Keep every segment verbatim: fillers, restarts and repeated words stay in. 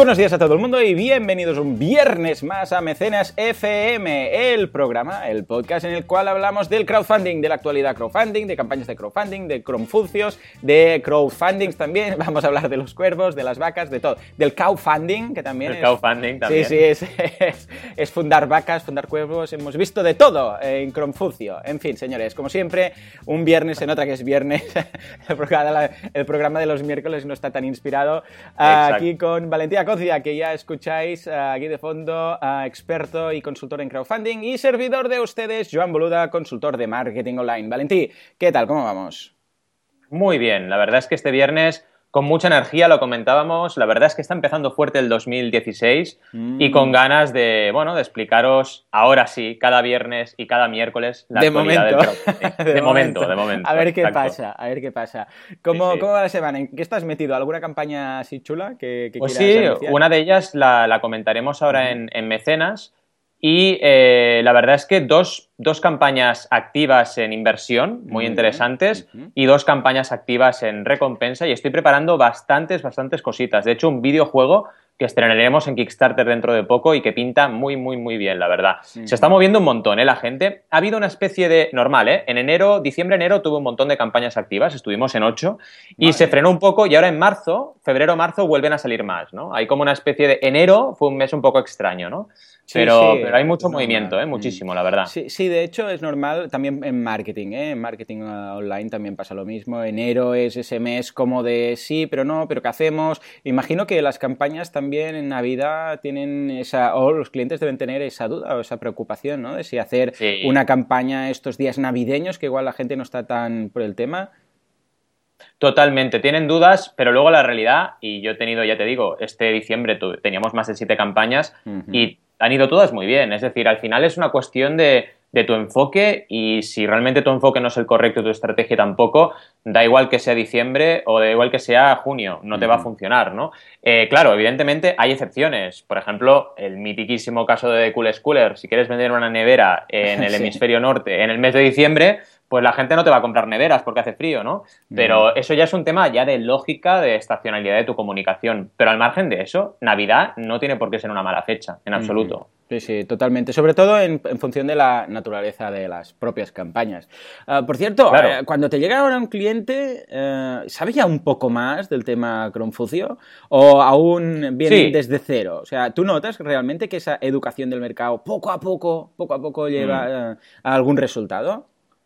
Buenos días a todo el mundo y bienvenidos un viernes más a Mecenas F M, el programa, el podcast en el cual hablamos del crowdfunding, de la actualidad crowdfunding, de campañas de crowdfunding, de crowdfuncios, de crowdfundings también. Vamos a hablar de los cuervos, de las vacas, de todo. Del cowfunding, que también el es... crowdfunding también. Sí, sí, es, es, es fundar vacas, fundar cuervos. Hemos visto de todo en crowdfuncio. En fin, señores, como siempre, un viernes se nota que es viernes. el, programa, el programa de los miércoles no está tan inspirado. Exacto. Aquí con Valentín Aconcia, que ya escucháis uh, aquí de fondo, uh, experto y consultor en crowdfunding, y servidor de ustedes, Joan Boluda, consultor de marketing online. Valentí, ¿qué tal? ¿Cómo vamos? Muy bien, la verdad es que este viernes con mucha energía, lo comentábamos, la verdad es que está empezando fuerte el dos mil dieciséis mm. y con ganas de, bueno, de explicaros ahora sí, cada viernes y cada miércoles la de actualidad momento. del crowdfunding. De, de momento, de momento. A ver qué exacto. pasa, a ver qué pasa. ¿Cómo, sí, sí. ¿Cómo va la semana? ¿En qué estás metido? ¿Alguna campaña así chula que, que pues quieras sí, anunciar? Una de ellas la, la comentaremos ahora mm. en, en Mecenas. Y eh, la verdad es que dos, dos campañas activas en inversión, muy, muy interesantes, uh-huh. y dos campañas activas en recompensa, y estoy preparando bastantes, bastantes cositas. De hecho, un videojuego que estrenaremos en Kickstarter dentro de poco y que pinta muy, muy, muy bien, la verdad. Uh-huh. Se está moviendo un montón, ¿eh? La gente. Ha habido una especie de... Normal, ¿eh? En enero, diciembre, enero, tuve un montón de campañas activas, estuvimos en ocho, y vale. se frenó un poco, y ahora en marzo, febrero, marzo, vuelven a salir más, ¿no? Hay como una especie de... Enero fue un mes un poco extraño, ¿no? Sí, pero, sí, pero hay mucho movimiento, ¿eh? Muchísimo, la verdad. Sí, sí, de hecho es normal también en marketing, ¿eh? En marketing uh, online también pasa lo mismo. Enero es ese mes como de sí, pero no, pero ¿qué hacemos? Imagino que las campañas también en Navidad tienen esa, o los clientes deben tener esa duda o esa preocupación, ¿no? De si hacer sí. una campaña estos días navideños, que igual la gente no está tan por el tema. Totalmente, tienen dudas, pero luego la realidad, y yo he tenido, ya te digo, este diciembre teníamos más de siete campañas uh-huh. y han ido todas muy bien. Es decir, al final es una cuestión de, de tu enfoque, y si realmente tu enfoque no es el correcto, tu estrategia tampoco, da igual que sea diciembre o da igual que sea junio, no te uh-huh. va a funcionar, ¿no? Eh, claro, evidentemente hay excepciones. Por ejemplo, el mitiquísimo caso de Cool Schooler. Si quieres vender una nevera en el sí. hemisferio norte en el mes de diciembre, pues la gente no te va a comprar neveras porque hace frío, ¿no? Pero mm. eso ya es un tema ya de lógica, de estacionalidad de tu comunicación. Pero al margen de eso, Navidad no tiene por qué ser una mala fecha, en absoluto. Mm-hmm. Sí, sí, totalmente. Sobre todo en, en función de la naturaleza de las propias campañas. Uh, por cierto, claro. eh, cuando te llega ahora un cliente, eh, ¿sabe ya un poco más del tema crowdfuncio? ¿O aún viene sí. desde cero? O sea, ¿tú notas realmente que esa educación del mercado poco a poco, poco a poco lleva mm. uh, a algún resultado?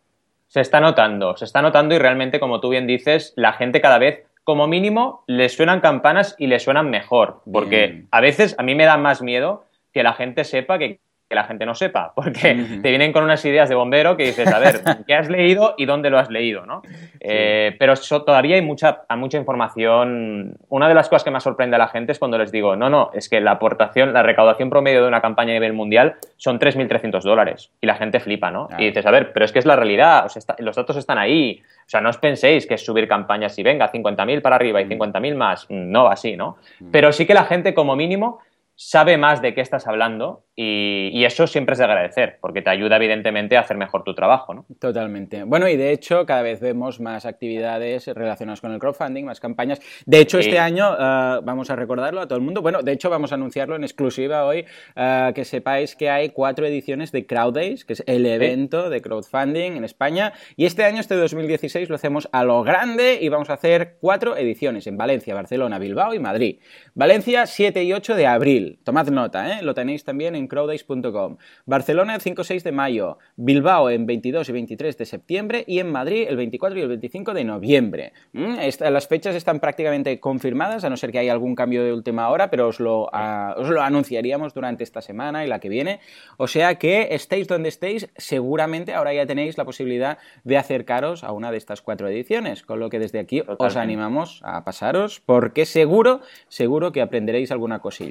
Se está notando, se está notando y realmente, como tú bien dices, la gente cada vez, como mínimo, les suenan campanas y les suenan mejor. Porque bien. A veces a mí me da más miedo que la gente sepa que, que la gente no sepa. Porque uh-huh. te vienen con unas ideas de bombero que dices, a ver, ¿qué has leído y dónde lo has leído? ¿no? Sí. Eh, pero eso, todavía hay mucha, hay mucha información. Una de las cosas que más sorprende a la gente es cuando les digo, no, no, es que la aportación, la recaudación promedio de una campaña a nivel mundial son tres mil trescientos dólares. Y la gente flipa, ¿no? Claro. Y dices, a ver, pero es que es la realidad, o sea, está, los datos están ahí. O sea, no os penséis que es subir campañas y venga, cincuenta mil para arriba y cincuenta mil más. No va así, ¿no? Mm. Pero sí que la gente, como mínimo, sabe más de qué estás hablando, y, y eso siempre es de agradecer, porque te ayuda evidentemente a hacer mejor tu trabajo, ¿no? Totalmente. Bueno, y de hecho cada vez vemos más actividades relacionadas con el crowdfunding, más campañas. De hecho, sí. este año, uh, vamos a recordarlo a todo el mundo, bueno, de hecho vamos a anunciarlo en exclusiva hoy, uh, que sepáis que hay cuatro ediciones de Crowd Days, que es el evento ¿Sí? de crowdfunding en España, y este año, este dos mil dieciséis, lo hacemos a lo grande y vamos a hacer cuatro ediciones en Valencia, Barcelona, Bilbao y Madrid. Valencia, siete y ocho de abril. Tomad nota, ¿eh? Lo tenéis también en crowdays punto com. Barcelona el cinco y seis de mayo, Bilbao en veintidós y veintitrés de septiembre y en Madrid el veinticuatro y el veinticinco de noviembre. ¿Mm? Esta, las fechas están prácticamente confirmadas, a no ser que haya algún cambio de última hora, pero os lo, uh, os lo anunciaríamos durante esta semana y la que viene. O sea que estéis donde estéis, seguramente ahora ya tenéis la posibilidad de acercaros a una de estas cuatro ediciones, con lo que desde aquí Totalmente. Os animamos a pasaros, porque seguro, seguro que aprenderéis alguna cosilla, ya sea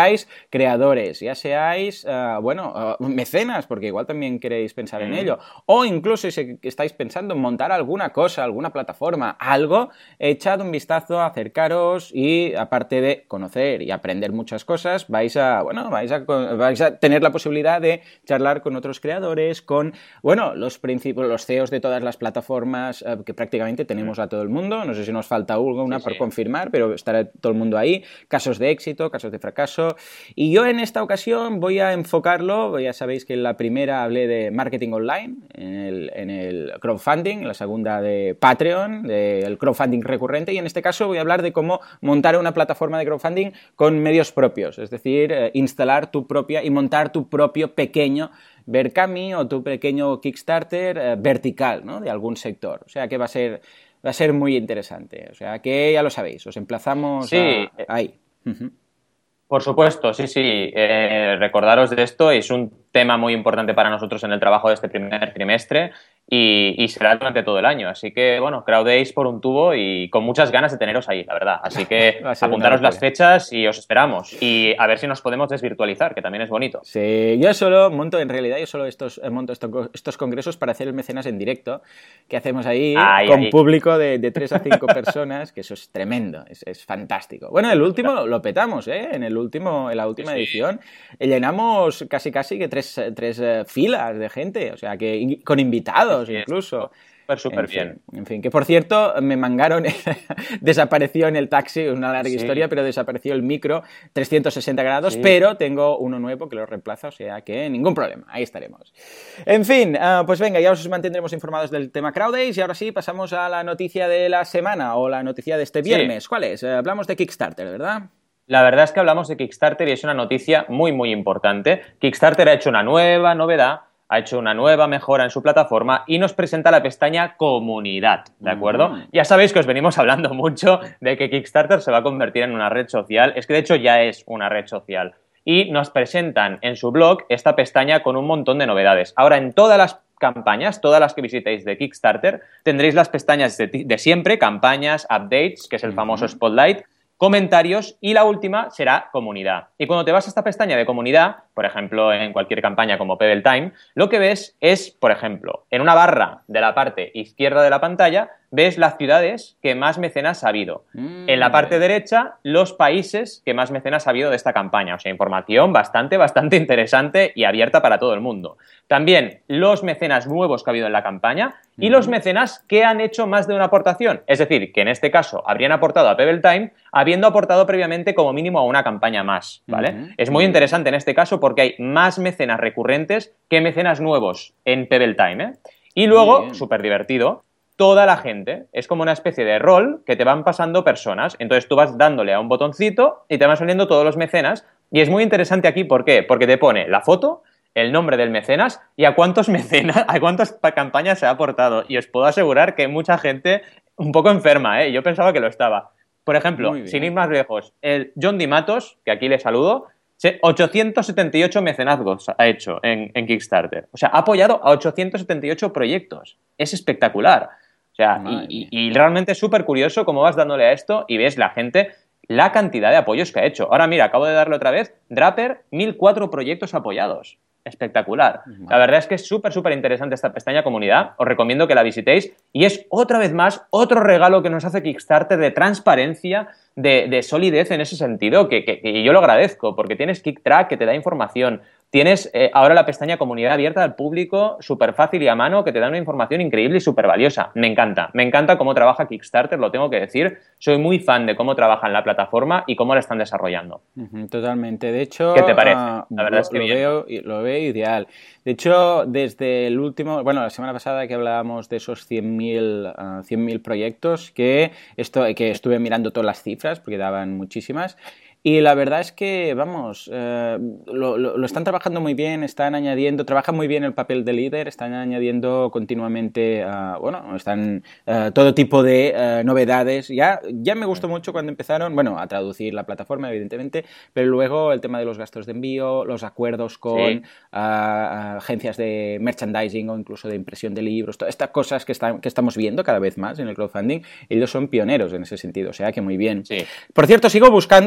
seáis creadores, ya seáis, uh, bueno, uh, mecenas, porque igual también queréis pensar mm. en ello, o incluso si estáis pensando en montar alguna cosa, alguna plataforma, algo, echad un vistazo, acercaros y aparte de conocer y aprender muchas cosas, vais a, bueno, vais a, vais a tener la posibilidad de charlar con otros creadores, con, bueno, los principios, los C E Os de todas las plataformas eh, que prácticamente tenemos a todo el mundo. No sé si nos falta una sí, por sí. confirmar, pero estará todo el mundo ahí. Casos de éxito, casos de fracaso. Y yo en esta ocasión voy a enfocarlo, ya sabéis que en la primera hablé de marketing online, en el, en el crowdfunding, en la segunda de Patreon, del crowdfunding recurrente, y en este caso voy a hablar de cómo montar una plataforma de crowdfunding con medios propios, es decir, eh, instalar tu propia y montar tu propio pequeño Berkami o tu pequeño Kickstarter eh, vertical, ¿no? De algún sector. O sea que va a ser... Va a ser muy interesante. O sea, que ya lo sabéis, os emplazamos sí, a... ahí. Uh-huh. Por supuesto, sí, sí. Eh, recordaros de esto, es un tema muy importante para nosotros en el trabajo de este primer trimestre y, y será durante todo el año. Así que, bueno, crowdéis por un tubo y con muchas ganas de teneros ahí, la verdad. Así que apuntaros las fechas y os esperamos. Y a ver si nos podemos desvirtualizar, que también es bonito. Sí, yo solo monto, en realidad, yo solo estos, monto estos, estos congresos para hacer el mecenas en directo, que hacemos ahí ay, con ay. público de, de tres a cinco personas, que eso es tremendo, es, es fantástico. Bueno, el último lo petamos, ¿eh? En el último, en la última sí, edición sí. llenamos casi casi que tres, tres uh, filas de gente, o sea, que con invitados sí, incluso. Súper, súper en bien. Fin, en fin, que por cierto, me mangaron, desapareció en el taxi, una larga sí. historia, pero desapareció el micro trescientos sesenta grados, sí. pero tengo uno nuevo que lo reemplaza, o sea que ningún problema, ahí estaremos. En fin, uh, pues venga, ya os mantendremos informados del tema Crowdays y ahora sí pasamos a la noticia de la semana o la noticia de este viernes. Sí. ¿Cuál es? Uh, hablamos de Kickstarter, ¿verdad? La verdad es que hablamos de Kickstarter y es una noticia muy, muy importante. Kickstarter ha hecho una nueva novedad, ha hecho una nueva mejora en su plataforma y nos presenta la pestaña Comunidad, ¿de acuerdo? Uh-huh. Ya sabéis que os venimos hablando mucho de que Kickstarter se va a convertir en una red social. Es que de hecho ya es una red social. Y nos presentan en su blog esta pestaña con un montón de novedades. Ahora, en todas las campañas, todas las que visitéis de Kickstarter, tendréis las pestañas de, de siempre, campañas, updates, que es el uh-huh. famoso Spotlight, comentarios y la última será comunidad. Y cuando te vas a esta pestaña de comunidad, por ejemplo, en cualquier campaña como Pebble Time, lo que ves es, por ejemplo, en una barra de la parte izquierda de la pantalla, ves las ciudades que más mecenas ha habido. Mm. En la parte derecha, los países que más mecenas ha habido de esta campaña. O sea, información bastante, bastante interesante y abierta para todo el mundo. También los mecenas nuevos que ha habido en la campaña y mm. los mecenas que han hecho más de una aportación. Es decir, que en este caso habrían aportado a Pebble Time habiendo aportado previamente como mínimo a una campaña más, ¿vale? Mm. Es muy interesante en este caso porque hay más mecenas recurrentes que mecenas nuevos en Pebble Time, ¿eh? Y luego, súper divertido, toda la gente. Es como una especie de rol que te van pasando personas. Entonces tú vas dándole a un botoncito y te van saliendo todos los mecenas. Y es muy interesante aquí, ¿por qué? Porque te pone la foto, el nombre del mecenas y a cuántos mecenas, a cuántas campañas se ha aportado. Y os puedo asegurar que hay mucha gente un poco enferma, ¿eh? Yo pensaba que lo estaba. Por ejemplo, sin ir más lejos, el John Di Matos, que aquí le saludo, ochocientos setenta y ocho mecenazgos ha hecho en, en Kickstarter. O sea, ha apoyado a ochocientos setenta y ocho proyectos. Es espectacular. O sea, y, y, y realmente es súper curioso cómo vas dándole a esto y ves la gente, la cantidad de apoyos que ha hecho. Ahora mira, acabo de darle otra vez, Draper, mil cuatro proyectos apoyados. Espectacular. Vale. La verdad es que es súper, súper interesante esta pestaña comunidad. Os recomiendo que la visitéis y es otra vez más otro regalo que nos hace Kickstarter de transparencia, de, de solidez en ese sentido, que, que, que yo lo agradezco porque tienes KickTrack que te da información. Tienes eh, ahora la pestaña comunidad abierta al público, súper fácil y a mano, que te da una información increíble y súper valiosa. Me encanta. Me encanta cómo trabaja Kickstarter, lo tengo que decir. Soy muy fan de cómo trabajan la plataforma y cómo la están desarrollando. Uh-huh, totalmente. De hecho, ¿qué te parece? Uh, la verdad lo, es que lo bien. veo, lo veo ideal. De hecho, desde el último, bueno, la semana pasada que hablábamos de esos cien mil uh, proyectos, que, esto, que estuve mirando todas las cifras, porque daban muchísimas. Y la verdad es que, vamos, eh, lo, lo, lo están trabajando muy bien, están añadiendo, trabajan muy bien el papel de líder, están añadiendo continuamente, uh, bueno, están uh, todo tipo de uh, novedades. Ya, ya me gustó mucho cuando empezaron, bueno, a traducir la plataforma, evidentemente, pero luego el tema de los gastos de envío, los acuerdos con sí. uh, uh, agencias de merchandising o incluso de impresión de libros, todas estas cosas que, están, que estamos viendo cada vez más en el crowdfunding, ellos son pioneros en ese sentido, o sea que muy bien. Sí. Por cierto, sigo buscando a aquel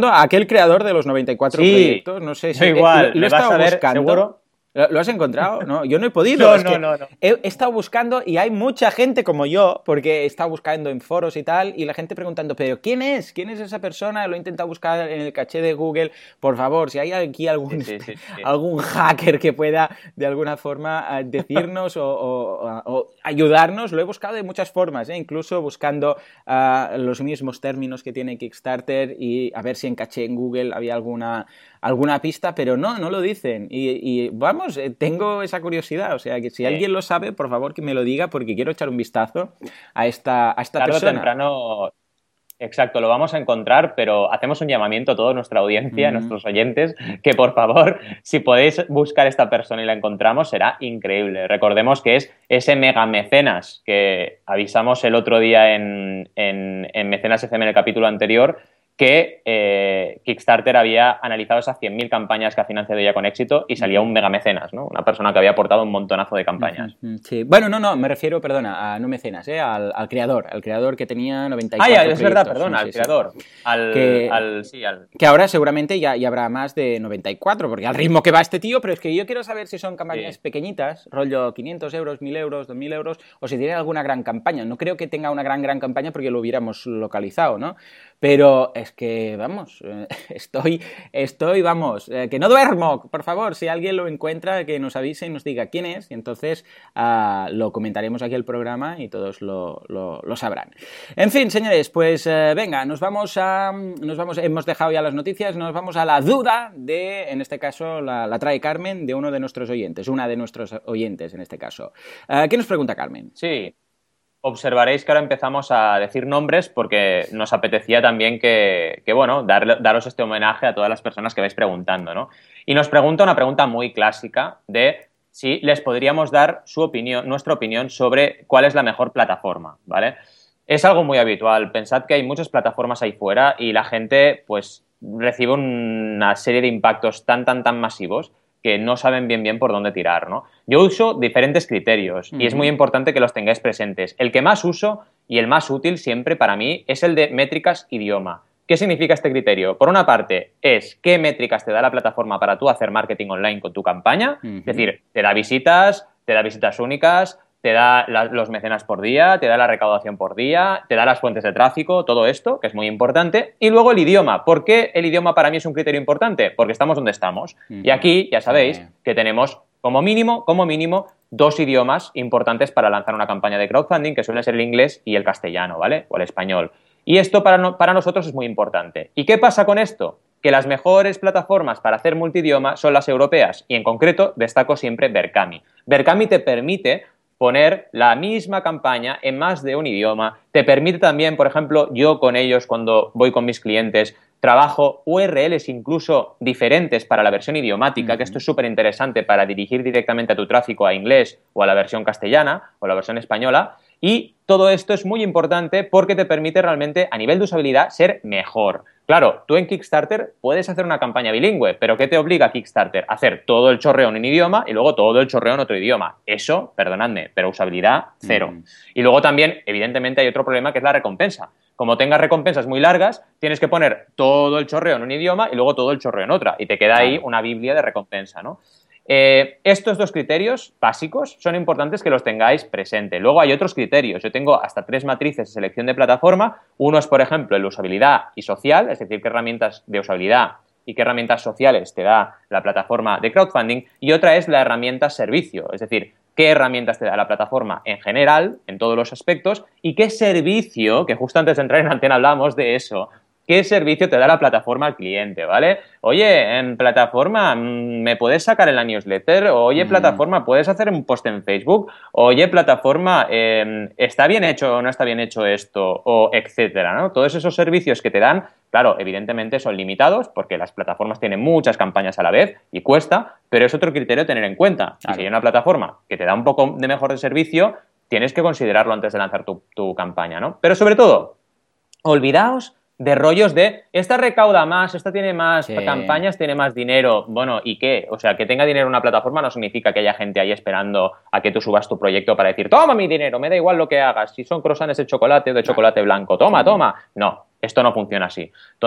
el creador de los noventa y cuatro sí, proyectos. No sé si... igual, Eh, lo, lo he estado vas a ver, buscando. ¿seguro? ¿Lo has encontrado? No, yo no he podido. No, es no, que no, no. He, he estado buscando y hay mucha gente como yo, porque he estado buscando en foros y tal, y la gente preguntando, pero ¿quién es? ¿Quién es esa persona? Lo he intentado buscar en el caché de Google. Por favor, si hay aquí algún, sí, sí, sí, sí. algún hacker que pueda de alguna forma decirnos o, o, o ayudarnos, lo he buscado de muchas formas, ¿eh? Incluso buscando uh, los mismos términos que tiene Kickstarter y a ver si en caché en Google había alguna... alguna pista, pero no, no lo dicen. Y, y vamos, eh, tengo esa curiosidad. O sea, que si sí. alguien lo sabe, por favor que me lo diga, porque quiero echar un vistazo a esta, a esta Tarde persona. o temprano, exacto, lo vamos a encontrar, pero hacemos un llamamiento a toda nuestra audiencia, a mm. nuestros oyentes, que por favor, si podéis buscar a esta persona y la encontramos, será increíble. Recordemos que es ese mega mecenas que avisamos el otro día en, en, en Mecenas F M en el capítulo anterior, que eh, Kickstarter había analizado esas cien mil campañas que ha financiado ya con éxito y salía un mega mecenas, ¿no? Una persona que había aportado un montonazo de campañas. Sí. Bueno, no, no, me refiero, perdona, a no mecenas, ¿eh? al, al creador, al creador que tenía noventa y cuatro Ah, ya, es proyectos. verdad, perdona, sí, al sí, creador. Sí. Al, que, al, sí, al... que ahora seguramente ya, ya habrá más de noventa y cuatro, porque al ritmo que va este tío, pero es que yo quiero saber si son campañas sí. pequeñitas, rollo quinientos euros, mil euros, dos mil euros, o si tienen alguna gran campaña. No creo que tenga una gran, gran campaña porque lo hubiéramos localizado, ¿no? Pero es que, vamos, estoy, estoy, vamos, eh, que no duermo, por favor, si alguien lo encuentra, que nos avise y nos diga quién es, y entonces uh, lo comentaremos aquí el programa y todos lo, lo, lo sabrán. En fin, señores, pues eh, venga, nos vamos a, nos vamos, hemos dejado ya las noticias, nos vamos a la duda de, en este caso, la, la trae Carmen, de uno de nuestros oyentes, una de nuestros oyentes en este caso. Uh, ¿Qué nos pregunta Carmen? Sí. Observaréis que ahora empezamos a decir nombres porque nos apetecía también que, que bueno, dar, daros este homenaje a todas las personas que vais preguntando, ¿no? Y nos pregunta una pregunta muy clásica de si les podríamos dar su opinión, nuestra opinión sobre cuál es la mejor plataforma, ¿vale? Es algo muy habitual. Pensad que hay muchas plataformas ahí fuera y la gente, pues, recibe una serie de impactos tan, tan, tan masivos que no saben bien bien por dónde tirar, ¿no? Yo uso diferentes criterios uh-huh. y es muy importante que los tengáis presentes. El que más uso y el más útil siempre para mí es el de métricas idioma. ¿Qué significa este criterio? Por una parte, es qué métricas te da la plataforma para tú hacer marketing online con tu campaña. Uh-huh. Es decir, te da visitas, te da visitas únicas, te da la, los mecenas por día, te da la recaudación por día, te da las fuentes de tráfico, todo esto, que es muy importante. Y luego el idioma. ¿Por qué el idioma para mí es un criterio importante? Porque estamos donde estamos. Uh-huh. Y aquí ya sabéis uh-huh. que tenemos como mínimo, como mínimo, dos idiomas importantes para lanzar una campaña de crowdfunding, que suelen ser el inglés y el castellano, ¿vale? O el español. Y esto para, no, para nosotros es muy importante. ¿Y qué pasa con esto? Que las mejores plataformas para hacer multidioma son las europeas. Y en concreto destaco siempre Berkami. Berkami te permite poner la misma campaña en más de un idioma. Te permite también, por ejemplo, yo con ellos cuando voy con mis clientes, trabajo U R Ls incluso diferentes para la versión idiomática, uh-huh. que esto es súper interesante para dirigir directamente a tu tráfico a inglés o a la versión castellana o a la versión española. Y todo esto es muy importante porque te permite realmente, a nivel de usabilidad, ser mejor. Claro, tú en Kickstarter puedes hacer una campaña bilingüe, pero ¿qué te obliga a Kickstarter? A hacer todo el chorreo en un idioma y luego todo el chorreo en otro idioma. Eso, perdonadme, pero usabilidad, cero. Mm. Y luego también, evidentemente, hay otro problema que es la recompensa. Como tengas recompensas muy largas, tienes que poner todo el chorreo en un idioma y luego todo el chorreo en otra. Y te queda ahí una biblia de recompensa, ¿no? Eh, estos dos criterios básicos son importantes que los tengáis presente. Luego hay otros criterios. Yo tengo hasta tres matrices de selección de plataforma. Uno es, por ejemplo, el de usabilidad y social, es decir, qué herramientas de usabilidad y qué herramientas sociales te da la plataforma de crowdfunding. Y otra es la herramienta servicio, es decir, qué herramientas te da la plataforma en general, en todos los aspectos, y qué servicio, que justo antes de entrar en Antena hablamos de eso, ¿qué servicio te da la plataforma al cliente, ¿vale? Oye, en plataforma, ¿me puedes sacar en la newsletter? Oye, mm. plataforma, ¿puedes hacer un post en Facebook? Oye, plataforma, eh, ¿está bien hecho o no está bien hecho esto? O etcétera, ¿no? Todos esos servicios que te dan, claro, evidentemente son limitados porque las plataformas tienen muchas campañas a la vez y cuesta, pero es otro criterio a tener en cuenta. Claro. Y si hay una plataforma que te da un poco de mejor de servicio, tienes que considerarlo antes de lanzar tu, tu campaña, ¿no? Pero sobre todo, olvidaos de rollos de, esta recauda más, esta tiene más sí. campañas, tiene más dinero. Bueno, ¿y qué? O sea, que tenga dinero una plataforma no significa que haya gente ahí esperando a que tú subas tu proyecto para decir, toma mi dinero, me da igual lo que hagas, si son croissants de chocolate o de chocolate blanco, toma, sí. toma. No, esto no funciona así. Entonces,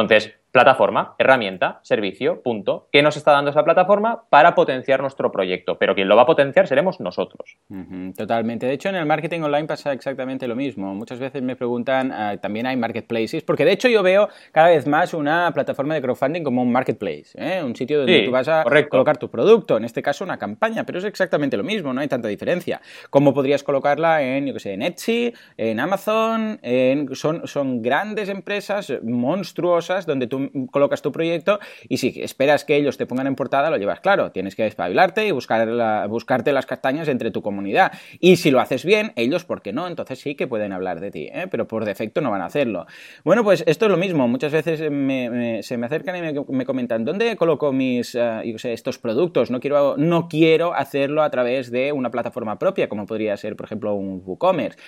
plataforma, herramienta, servicio, punto. ¿Qué nos está dando esa plataforma para potenciar nuestro proyecto? Pero quien lo va a potenciar seremos nosotros. Uh-huh, totalmente. De hecho, en el marketing online pasa exactamente lo mismo. Muchas veces me preguntan, uh, también hay marketplaces, porque de hecho yo veo cada vez más una plataforma de crowdfunding como un marketplace, ¿eh? Un sitio donde sí, tú vas a correcto. colocar tu producto, en este caso una campaña, pero es exactamente lo mismo, no hay tanta diferencia. ¿Cómo podrías colocarla en, yo qué sé, en Etsy, en Amazon? En, son, son grandes empresas monstruosas donde tú colocas tu proyecto y si esperas que ellos te pongan en portada, lo llevas claro. Tienes que espabilarte y buscar la, buscarte las castañas entre tu comunidad. Y si lo haces bien, ellos, ¿por qué no? Entonces sí que pueden hablar de ti, ¿eh? Pero por defecto no van a hacerlo. Bueno, pues esto es lo mismo. Muchas veces me, me, se me acercan y me, me comentan, ¿dónde coloco mis, uh, yo sé, estos productos? No quiero, no quiero hacerlo a través de una plataforma propia, como podría ser, por ejemplo, un WooCommerce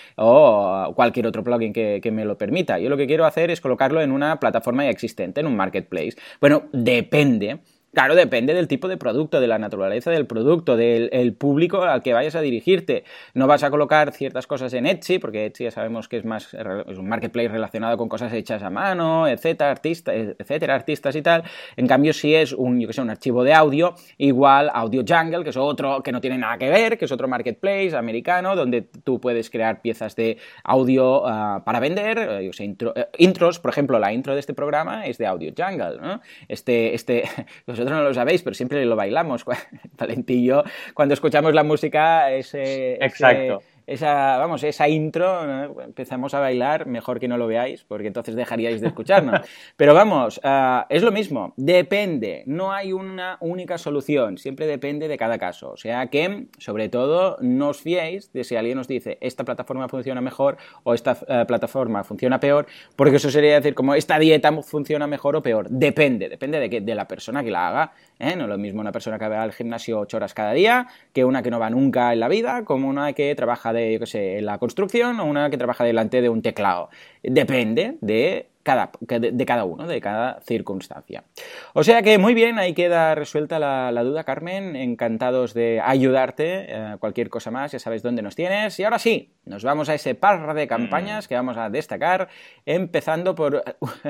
o cualquier otro plugin que, que me lo permita. Yo lo que quiero hacer es colocarlo en una plataforma ya existente, en un marketplace. Bueno, depende. Claro, depende del tipo de producto, de la naturaleza del producto, del el público al que vayas a dirigirte. No vas a colocar ciertas cosas en Etsy, porque Etsy ya sabemos que es más es un marketplace relacionado con cosas hechas a mano, etcétera, artistas, etcétera, artistas y tal. En cambio, si es un, yo que sé, un archivo de audio, igual Audio Jungle, que es otro que no tiene nada que ver, que es otro marketplace americano, donde tú puedes crear piezas de audio uh, para vender, uh, yo sé, intro, uh, intros, por ejemplo, la intro de este programa es de Audio Jungle, ¿no? Este, este, vosotros no lo sabéis, pero siempre lo bailamos, Valentillo, cuando escuchamos la música, ese, Exacto. Ese, esa, vamos, esa intro, ¿no? Empezamos a bailar, mejor que no lo veáis, porque entonces dejaríais de escucharnos. Pero vamos, uh, es lo mismo, depende, no hay una única solución, siempre depende de cada caso. O sea que, sobre todo, no os fiéis de si alguien os dice esta plataforma funciona mejor o esta uh, plataforma funciona peor, porque eso sería decir como esta dieta funciona mejor o peor. Depende, depende de, que, de la persona que la haga. ¿eh? No es lo mismo una persona que va al gimnasio ocho horas cada día que una que no va nunca en la vida, como una que trabaja de, yo qué sé, en la construcción o una que trabaja delante de un teclado. Depende de cada, de, de cada uno, de cada circunstancia. O sea que muy bien, ahí queda resuelta la, la duda, Carmen. Encantados de ayudarte. Eh, cualquier cosa más, ya sabes dónde nos tienes. Y ahora sí, nos vamos a ese par de campañas que vamos a destacar, empezando por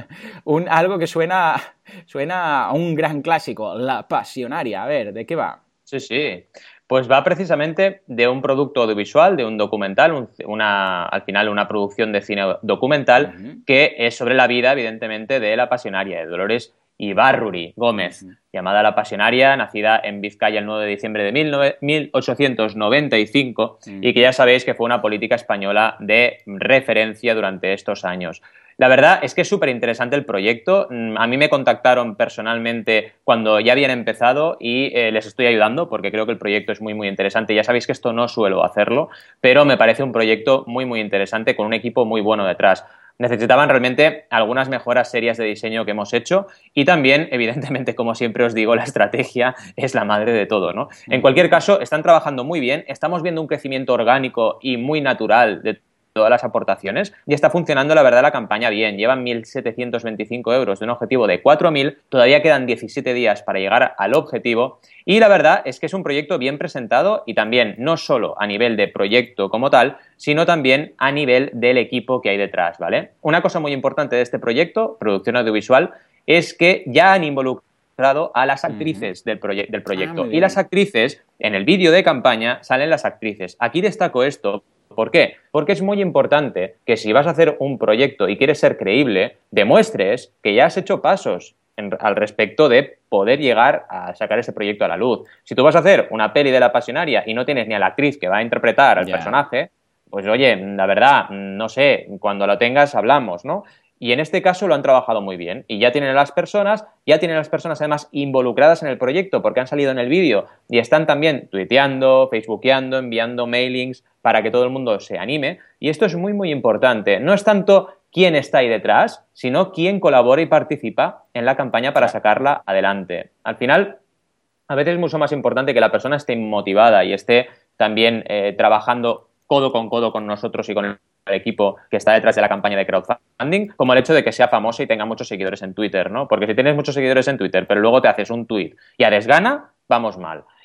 un, algo que suena, suena a un gran clásico, La Pasionaria. A ver, ¿de qué va? Sí, sí. Pues va precisamente de un producto audiovisual, de un documental, un, una, al final una producción de cine documental, uh-huh. que es sobre la vida, evidentemente, de la pasionaria, de Dolores Ibárruri Gómez, uh-huh. llamada La Pasionaria, nacida en Vizcaya el nueve de diciembre de mil ochocientos noventa y cinco, uh-huh. y que ya sabéis que fue una política española de referencia durante estos años. La verdad es que es súper interesante el proyecto. A mí me contactaron personalmente cuando ya habían empezado y eh, les estoy ayudando porque creo que el proyecto es muy, muy interesante. Ya sabéis que esto no suelo hacerlo, pero me parece un proyecto muy, muy interesante con un equipo muy bueno detrás. Necesitaban realmente algunas mejoras serias de diseño que hemos hecho y también, evidentemente, como siempre os digo, la estrategia es la madre de todo, ¿no? En cualquier caso, están trabajando muy bien, estamos viendo un crecimiento orgánico y muy natural de todas las aportaciones y está funcionando la verdad la campaña bien. Llevan mil setecientos veinticinco euros de un objetivo de cuatro mil, todavía quedan diecisiete días para llegar al objetivo y la verdad es que es un proyecto bien presentado y también no solo a nivel de proyecto como tal, sino también a nivel del equipo que hay detrás, ¿vale? Una cosa muy importante de este proyecto, producción audiovisual, es que ya han involucrado a las actrices uh-huh. del, proye- del proyecto. Ah, y las actrices, en el vídeo de campaña, salen las actrices. Aquí destaco esto. ¿Por qué? Porque es muy importante que si vas a hacer un proyecto y quieres ser creíble, demuestres que ya has hecho pasos en, al respecto de poder llegar a sacar ese proyecto a la luz. Si tú vas a hacer una peli de La Pasionaria y no tienes ni a la actriz que va a interpretar al yeah. personaje, pues oye, la verdad, no sé, cuando lo tengas hablamos, ¿no? Y en este caso lo han trabajado muy bien. Y ya tienen a las personas, ya tienen a las personas además involucradas en el proyecto porque han salido en el vídeo y están también tuiteando, facebookeando, enviando mailings para que todo el mundo se anime. Y esto es muy, muy importante. No es tanto quién está ahí detrás, sino quién colabora y participa en la campaña para sacarla adelante. Al final, a veces es mucho más importante que la persona esté motivada y esté también eh, trabajando codo con codo con nosotros y con el equipo que está detrás de la campaña de crowdfunding, como el hecho de que sea famosa y tenga muchos seguidores en Twitter, ¿no? Porque si tienes muchos seguidores en Twitter, pero luego te haces un tweet y a desgana, vamos mal.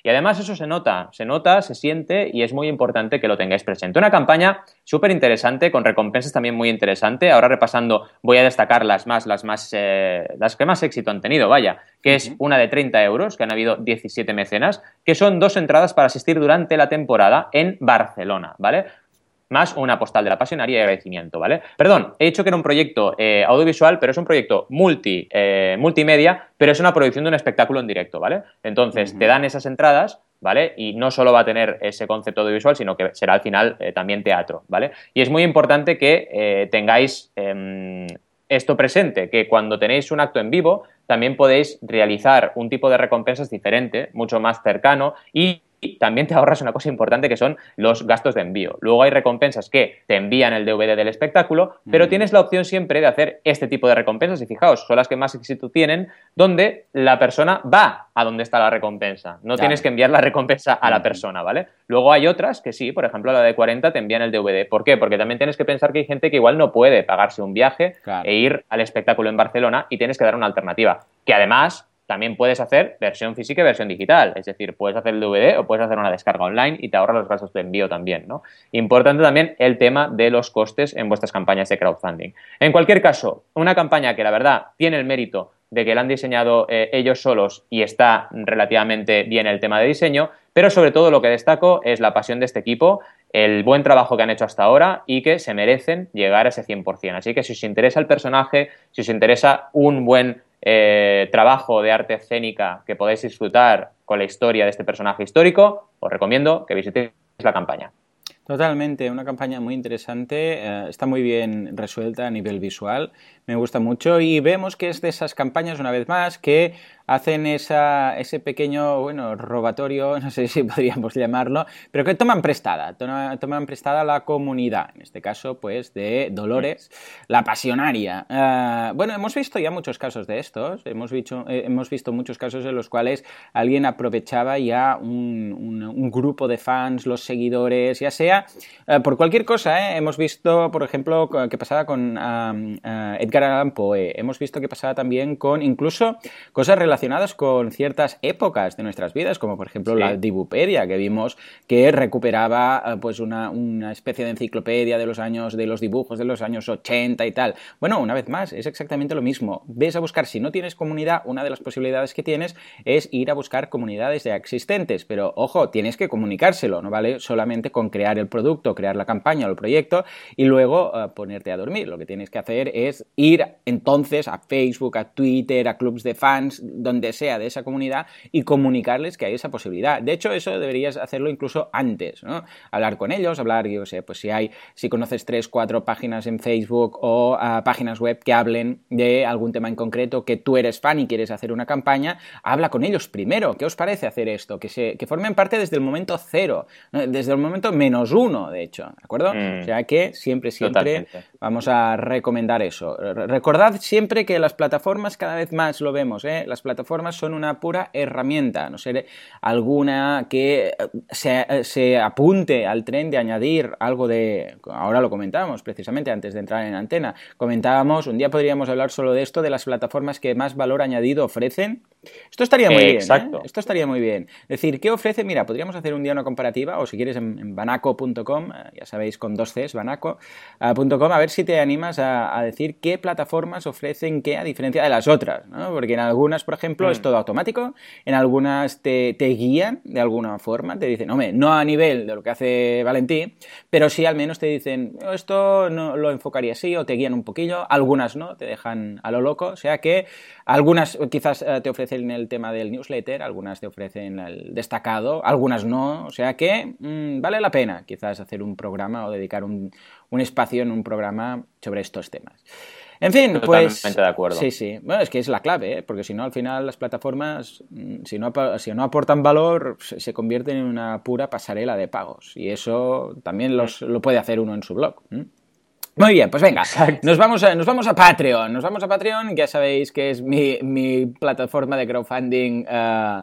Y además eso se nota, se nota, se siente y es muy importante que lo tengáis presente. Una campaña súper interesante, con recompensas también muy interesante. Ahora repasando voy a destacar las más, las más, eh, las que más éxito han tenido, vaya, que uh-huh. es una de treinta euros, que han habido diecisiete mecenas, que son dos entradas para asistir durante la temporada en Barcelona, ¿vale? Más una postal de la pasionaria y agradecimiento, ¿vale? Perdón, he dicho que era un proyecto eh, audiovisual, pero es un proyecto multi, eh, multimedia, pero es una producción de un espectáculo en directo, ¿vale? Entonces, uh-huh. te dan esas entradas, ¿vale? Y no solo va a tener ese concepto audiovisual, sino que será al final eh, también teatro, ¿vale? Y es muy importante que eh, tengáis eh, esto presente, que cuando tenéis un acto en vivo, también podéis realizar un tipo de recompensas diferente, mucho más cercano y Y también te ahorras una cosa importante que son los gastos de envío. Luego hay recompensas que te envían el D V D del espectáculo, pero mm. tienes la opción siempre de hacer este tipo de recompensas y fijaos, son las que más éxito tienen, donde la persona va a donde está la recompensa. No claro. tienes que enviar la recompensa a la persona, ¿vale? Luego hay otras que sí, por ejemplo la de cuarenta te envían el D V D. ¿Por qué? Porque también tienes que pensar que hay gente que igual no puede pagarse un viaje claro. e ir al espectáculo en Barcelona y tienes que dar una alternativa. Que además también puedes hacer versión física y versión digital, es decir, puedes hacer el D V D o puedes hacer una descarga online y te ahorras los gastos de envío también, ¿no? Importante también el tema de los costes en vuestras campañas de crowdfunding. En cualquier caso, una campaña que la verdad tiene el mérito de que la han diseñado eh, ellos solos y está relativamente bien el tema de diseño, pero sobre todo lo que destaco es la pasión de este equipo, el buen trabajo que han hecho hasta ahora y que se merecen llegar a ese cien por ciento. Así que si os interesa el personaje, si os interesa un buen Eh, trabajo de arte escénica que podéis disfrutar con la historia de este personaje histórico, os recomiendo que visitéis la campaña. Totalmente, una campaña muy interesante, eh, está muy bien resuelta a nivel visual, me gusta mucho y vemos que es de esas campañas, una vez más, que hacen esa, ese pequeño, bueno, robatorio, no sé si podríamos llamarlo, pero que toman prestada, to- toman prestada la comunidad, en este caso, pues, de Dolores, la pasionaria. Uh, bueno, hemos visto ya muchos casos de estos, hemos visto, eh, hemos visto muchos casos en los cuales alguien aprovechaba ya un, un, un grupo de fans, los seguidores, ya sea uh, por cualquier cosa, ¿eh? Hemos visto, por ejemplo, que pasaba con uh, uh, Edgar Allan Poe, hemos visto que pasaba también con incluso cosas relacionadas relacionadas con ciertas épocas de nuestras vidas, como por ejemplo sí. la Dibupedia, que vimos que recuperaba pues una, una especie de enciclopedia de los años, de los dibujos de los años ochenta y tal. Bueno, una vez más, es exactamente lo mismo. Ves a buscar, si no tienes comunidad, una de las posibilidades que tienes es ir a buscar comunidades ya existentes, pero ojo, tienes que comunicárselo, no vale solamente con crear el producto, crear la campaña o el proyecto y luego uh, ponerte a dormir. Lo que tienes que hacer es ir entonces a Facebook, a Twitter, a clubs de fans, donde sea de esa comunidad y comunicarles que hay esa posibilidad. De hecho, eso deberías hacerlo incluso antes, ¿no? Hablar con ellos, hablar, yo sé, pues si hay, si conoces tres, cuatro páginas en Facebook o uh, páginas web que hablen de algún tema en concreto, que tú eres fan y quieres hacer una campaña, habla con ellos primero. ¿Qué os parece hacer esto? Que, se, que formen parte desde el momento cero, ¿no? Desde el momento menos uno, de hecho, ¿de acuerdo? Mm. O sea que siempre, siempre Totalmente. Vamos a recomendar eso. Recordad siempre que las plataformas cada vez más lo vemos, ¿eh? Las plataformas son una pura herramienta, no sé, alguna que se, se apunte al tren de añadir algo de, ahora lo comentábamos precisamente antes de entrar en antena, comentábamos, un día podríamos hablar solo de esto, de las plataformas que más valor añadido ofrecen. Esto estaría muy eh, bien, exacto. ¿eh? Esto estaría muy bien. Es decir, ¿qué ofrece? Mira, podríamos hacer un día una comparativa, o si quieres en, en banaco punto com, ya sabéis, con dos Cs, banaco punto com, a ver si te animas a, a decir qué plataformas ofrecen qué a diferencia de las otras, ¿no? Porque en algunas, por ejemplo, mm. es todo automático, en algunas te, te guían de alguna forma, te dicen, hombre, no a nivel de lo que hace Valentí, pero sí al menos te dicen, esto no lo enfocaría así, o te guían un poquillo, algunas no, te dejan a lo loco, o sea que algunas quizás te ofrecen el tema del newsletter, algunas te ofrecen el destacado, algunas no, o sea que mmm, vale la pena quizás hacer un programa o dedicar un, un espacio en un programa sobre estos temas. En fin, Totalmente pues... de acuerdo. Sí, sí. Bueno, es que es la clave, ¿eh? Porque si no, al final las plataformas, si no, si no aportan valor, se convierten en una pura pasarela de pagos. Y eso también los, lo puede hacer uno en su blog. ¿Mm? Muy bien, pues venga, nos vamos, a, nos vamos a Patreon, nos vamos a Patreon, ya sabéis que es mi, mi plataforma de crowdfunding uh,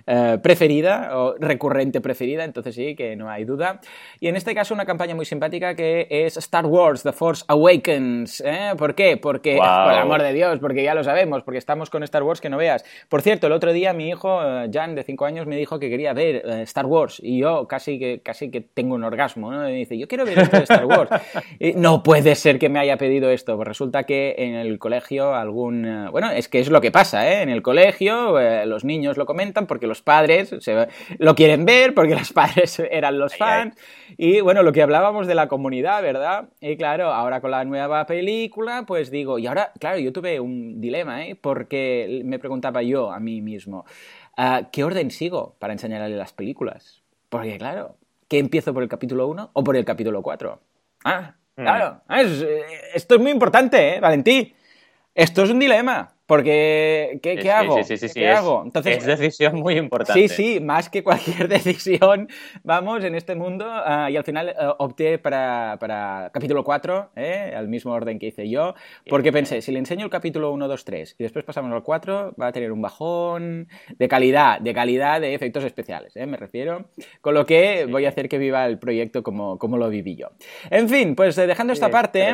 eh, preferida o recurrente preferida, entonces sí, que no hay duda. Y en este caso una campaña muy simpática que es Star Wars, The Force Awakens. ¿eh? ¿Por qué? Porque, wow. por el amor de Dios, porque ya lo sabemos, porque estamos con Star Wars que no veas. Por cierto, el otro día mi hijo, Jan, de cinco años, me dijo que quería ver eh, Star Wars y yo casi que, casi que tengo un orgasmo, ¿no? Y me dice, yo quiero ver esto de Star Wars. Y no puede ser que me haya pedido esto. Pues resulta que en el colegio algún... Eh, bueno, es que es lo que pasa, ¿eh? En el colegio eh, los niños lo comentan porque los padres se, lo quieren ver, porque los padres eran los fans. Ay, ay. Y bueno, lo que hablábamos de la comunidad, ¿verdad? Y claro, ahora con la nueva película, pues digo, y ahora, claro, yo tuve un dilema, ¿eh? Porque me preguntaba yo a mí mismo, uh, ¿qué orden sigo para enseñarle las películas? Porque claro, ¿qué empiezo por el capítulo uno o por el capítulo cuatro? Ah, claro, mm. es, esto es muy importante, ¿eh, Valentí? Esto es un dilema. Porque, ¿qué, ¿qué sí, hago? Sí, sí, sí, sí, ¿Qué es, hago? Entonces, es decisión muy importante. Sí, sí, más que cualquier decisión, vamos, en este mundo. Uh, y al final uh, opté para, para capítulo cuatro, ¿eh? Al mismo orden que hice yo, porque pensé, si le enseño el capítulo uno, dos, tres y después pasamos al cuatro, va a tener un bajón de calidad, de calidad de efectos especiales, ¿eh? Me refiero. Con lo que voy a hacer que viva el proyecto como, como lo viví yo. En fin, pues eh, dejando esta sí, parte,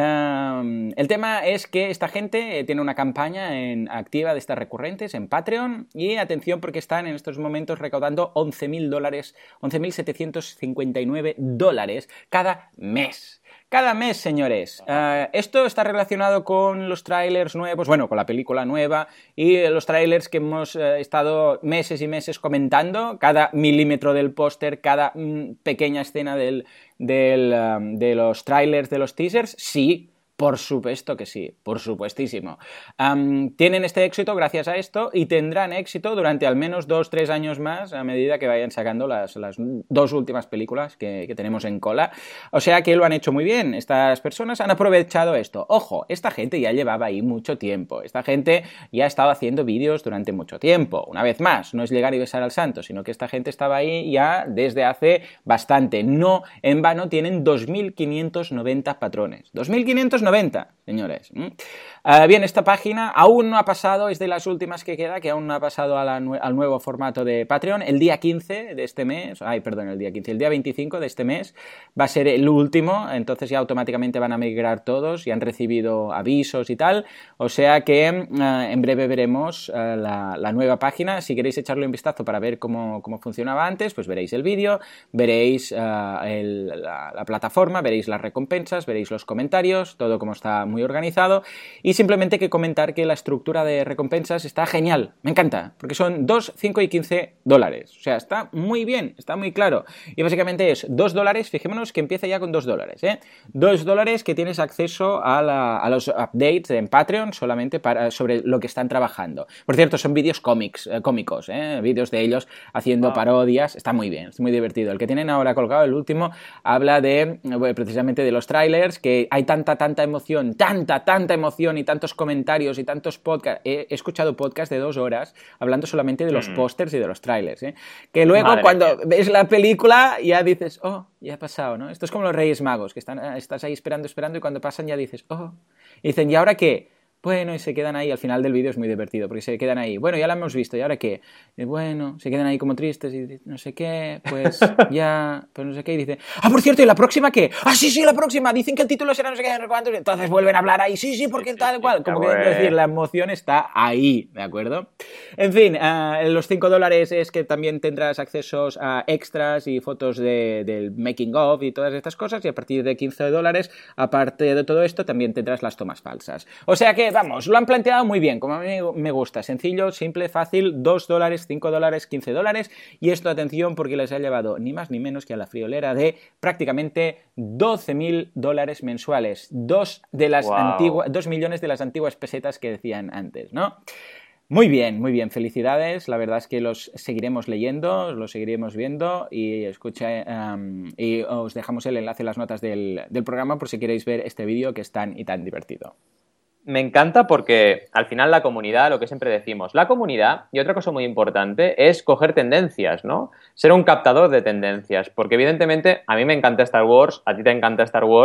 uh, el tema es que esta gente eh, tiene una campaña en activa de estas recurrentes en Patreon y atención porque están en estos momentos recaudando once mil dólares, once mil setecientos cincuenta y nueve dólares cada mes. Cada mes, señores. Uh, esto está relacionado con los trailers nuevos, bueno, con la película nueva y los trailers que hemos uh, estado meses y meses comentando, cada milímetro del póster, cada mm, pequeña escena del, del, um, de los trailers, de los teasers, sí. Por supuesto que sí, por supuestísimo. Um, tienen este éxito gracias a esto y tendrán éxito durante al menos dos, tres años más a medida que vayan sacando las, las dos últimas películas que, que tenemos en cola. O sea que lo han hecho muy bien. Estas personas han aprovechado esto. Ojo, esta gente ya llevaba ahí mucho tiempo. Esta gente ya estaba haciendo vídeos durante mucho tiempo. Una vez más, no es llegar y besar al santo, sino que esta gente estaba ahí ya desde hace bastante. No en vano tienen dos mil quinientos noventa patrones. dos mil quinientos noventa, señores. Uh, bien, esta página aún no ha pasado, es de las últimas que queda, que aún no ha pasado a la nue- al nuevo formato de Patreon. El día quince de este mes, ay, perdón, el día quince, el día veinticinco de este mes va a ser el último, entonces ya automáticamente van a migrar todos y han recibido avisos y tal, o sea que uh, en breve veremos uh, la, la nueva página. Si queréis echarle un vistazo para ver cómo, cómo funcionaba antes, pues veréis el vídeo, veréis uh, el, la, la plataforma, veréis las recompensas, veréis los comentarios, todo como está muy organizado y simplemente que comentar que la estructura de recompensas está genial, me encanta, porque son dos, cinco y quince dólares, o sea, está muy bien, está muy claro y básicamente es dos dólares, fijémonos que empieza ya con dos dólares, ¿eh? dos dólares que tienes acceso a, la, a los updates en Patreon solamente para, sobre lo que están trabajando. Por cierto, son vídeos cómics, eh, cómicos, ¿eh? Vídeos de ellos haciendo oh. parodias, está muy bien, es muy divertido. El que tienen ahora colgado, el último, habla de, bueno, precisamente de los trailers, que hay tanta, tanta emoción, tanta, tanta emoción y tantos comentarios y tantos podcasts. He, he escuchado podcasts de dos horas hablando solamente de los mm. pósters y de los trailers, ¿eh? Que luego Madre cuando mía. ves la película ya dices, oh, ya ha pasado, ¿no? Esto es como los Reyes Magos, que están, estás ahí esperando, esperando y cuando pasan ya dices, oh. Y dicen, ¿y ahora qué? Bueno, y se quedan ahí, al final del vídeo es muy divertido, porque se quedan ahí, bueno, ya la hemos visto, ¿y ahora qué? Y bueno, se quedan ahí como tristes y no sé qué, pues ya, pues no sé qué, y dicen, ah, por cierto, ¿y la próxima qué? Ah, sí, sí, la próxima, dicen que el título será no sé qué, no sé cuánto, entonces vuelven a hablar ahí, sí, sí, porque tal cual, como que es decir, la emoción está ahí, ¿de acuerdo? En fin, uh, los cinco dólares es que también tendrás accesos a extras y fotos de, del making of y todas estas cosas, y a partir de quince dólares, aparte de todo esto, también tendrás las tomas falsas. O sea que, vamos, lo han planteado muy bien, como a mí me gusta, sencillo, simple, fácil, dos dólares, cinco dólares, quince dólares, y esto, atención, porque les ha llevado ni más ni menos que a la friolera de prácticamente doce mil dólares mensuales, dos de las wow. antiguas, dos millones de las antiguas pesetas que decían antes, ¿no? Muy bien, muy bien, felicidades, la verdad es que los seguiremos leyendo, los seguiremos viendo y escucha, um, y os dejamos el enlace en las notas del, del programa por si queréis ver este vídeo que es tan y tan divertido. Me encanta porque al final la comunidad, lo que siempre decimos, la comunidad, y otra cosa muy importante, es coger tendencias, ¿no? Ser un captador de tendencias, porque evidentemente a mí me encanta Star Wars, a ti te encanta Star Wars,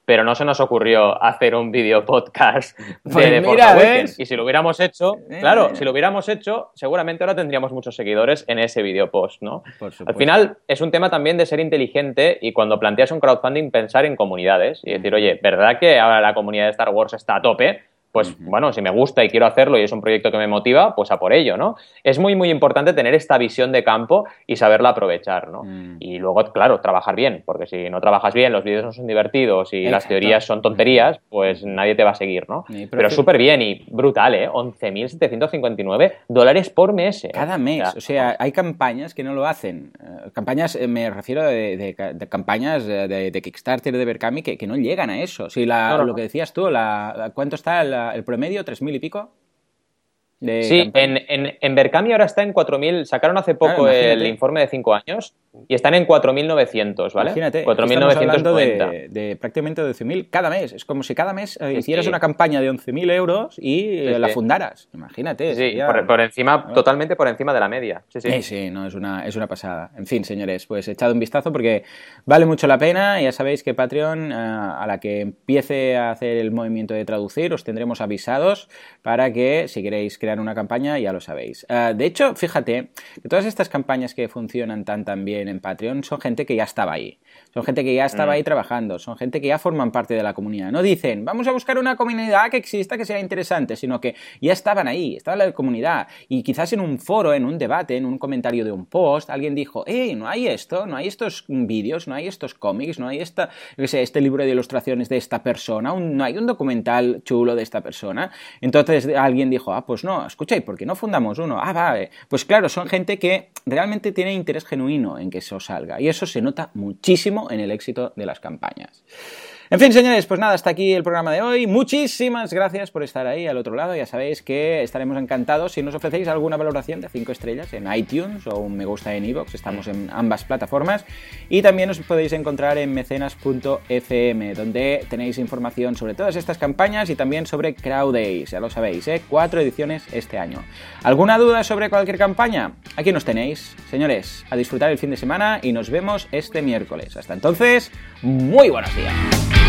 pero no se nos ocurrió hacer un video podcast de Pues The mira, Force Awakens. ¿ves? Y si lo hubiéramos hecho, Eh. claro, si lo hubiéramos hecho, seguramente ahora tendríamos muchos seguidores en ese video post, ¿no? Por supuesto. Al final es un tema también de ser inteligente y cuando planteas un crowdfunding pensar en comunidades y decir, oye, ¿verdad que ahora la comunidad de Star Wars está a tope? Pues uh-huh. bueno, si me gusta y quiero hacerlo y es un proyecto que me motiva, pues a por ello, ¿no? Es muy, muy importante tener esta visión de campo y saberla aprovechar, ¿no? Mm. Y luego, claro, trabajar bien, porque si no trabajas bien, los vídeos no son divertidos y Exacto. las teorías son tonterías, pues nadie te va a seguir, ¿no? Sí, pero pero súper bien y brutal, ¿eh? once mil setecientos cincuenta y nueve dólares por mes, ¿eh? Cada mes, o sea, o sea, hay campañas que no lo hacen. Uh, campañas, eh, me refiero de, de, de campañas de, de Kickstarter, de Berkami, que, que no llegan a eso. Si la, no, no. Lo que decías tú, la, la, ¿cuánto está la, el promedio? ¿tres mil y pico? De sí, en, en, en Berkami ahora está en cuatro mil. Sacaron hace poco claro, el informe de cinco años y están en cuatro mil novecientos, ¿vale? Imagínate, cuatro mil novecientos noventa. De, de prácticamente once mil cada mes. Es como si cada mes eh, sí, hicieras sí. una campaña de once mil euros y sí, eh, la sí. fundaras. Imagínate. Sí, sería... por, por encima, ¿no? Totalmente por encima de la media. Sí, sí, sí, sí no, es una, es una pasada. En fin, señores, pues echad un vistazo porque vale mucho la pena. Ya sabéis que Patreon, eh, a la que empiece a hacer el movimiento de traducir, os tendremos avisados para que, si queréis crear una campaña, ya lo sabéis. Uh, de hecho, fíjate que todas estas campañas que funcionan tan tan bien en Patreon son gente que ya estaba ahí. Son gente que ya estaba mm. ahí trabajando, son gente que ya forman parte de la comunidad. No dicen, vamos a buscar una comunidad que exista, que sea interesante, sino que ya estaban ahí, estaban en la comunidad. Y quizás en un foro, en un debate, en un comentario de un post, alguien dijo, hey, no hay esto, no hay estos vídeos, no hay estos cómics, no hay esta, yo qué sé, este libro de ilustraciones de esta persona, un, no hay un documental chulo de esta persona. Entonces alguien dijo, ah, pues no, escucha, ¿y por qué no fundamos uno? Ah, vale. Pues claro, son gente que realmente tiene interés genuino en que eso salga. Y eso se nota muchísimo en el éxito de las campañas. En fin, señores, pues nada, hasta aquí el programa de hoy. Muchísimas gracias por estar ahí al otro lado. Ya sabéis que estaremos encantados si nos ofrecéis alguna valoración de cinco estrellas en iTunes o un me gusta en iVoox. Estamos en ambas plataformas. Y también os podéis encontrar en mecenas punto efe eme, donde tenéis información sobre todas estas campañas y también sobre Crowdays. Ya lo sabéis, ¿eh? Cuatro ediciones este año. ¿Alguna duda sobre cualquier campaña? Aquí nos tenéis. Señores, a disfrutar el fin de semana y nos vemos este miércoles. Hasta entonces, muy buenos días.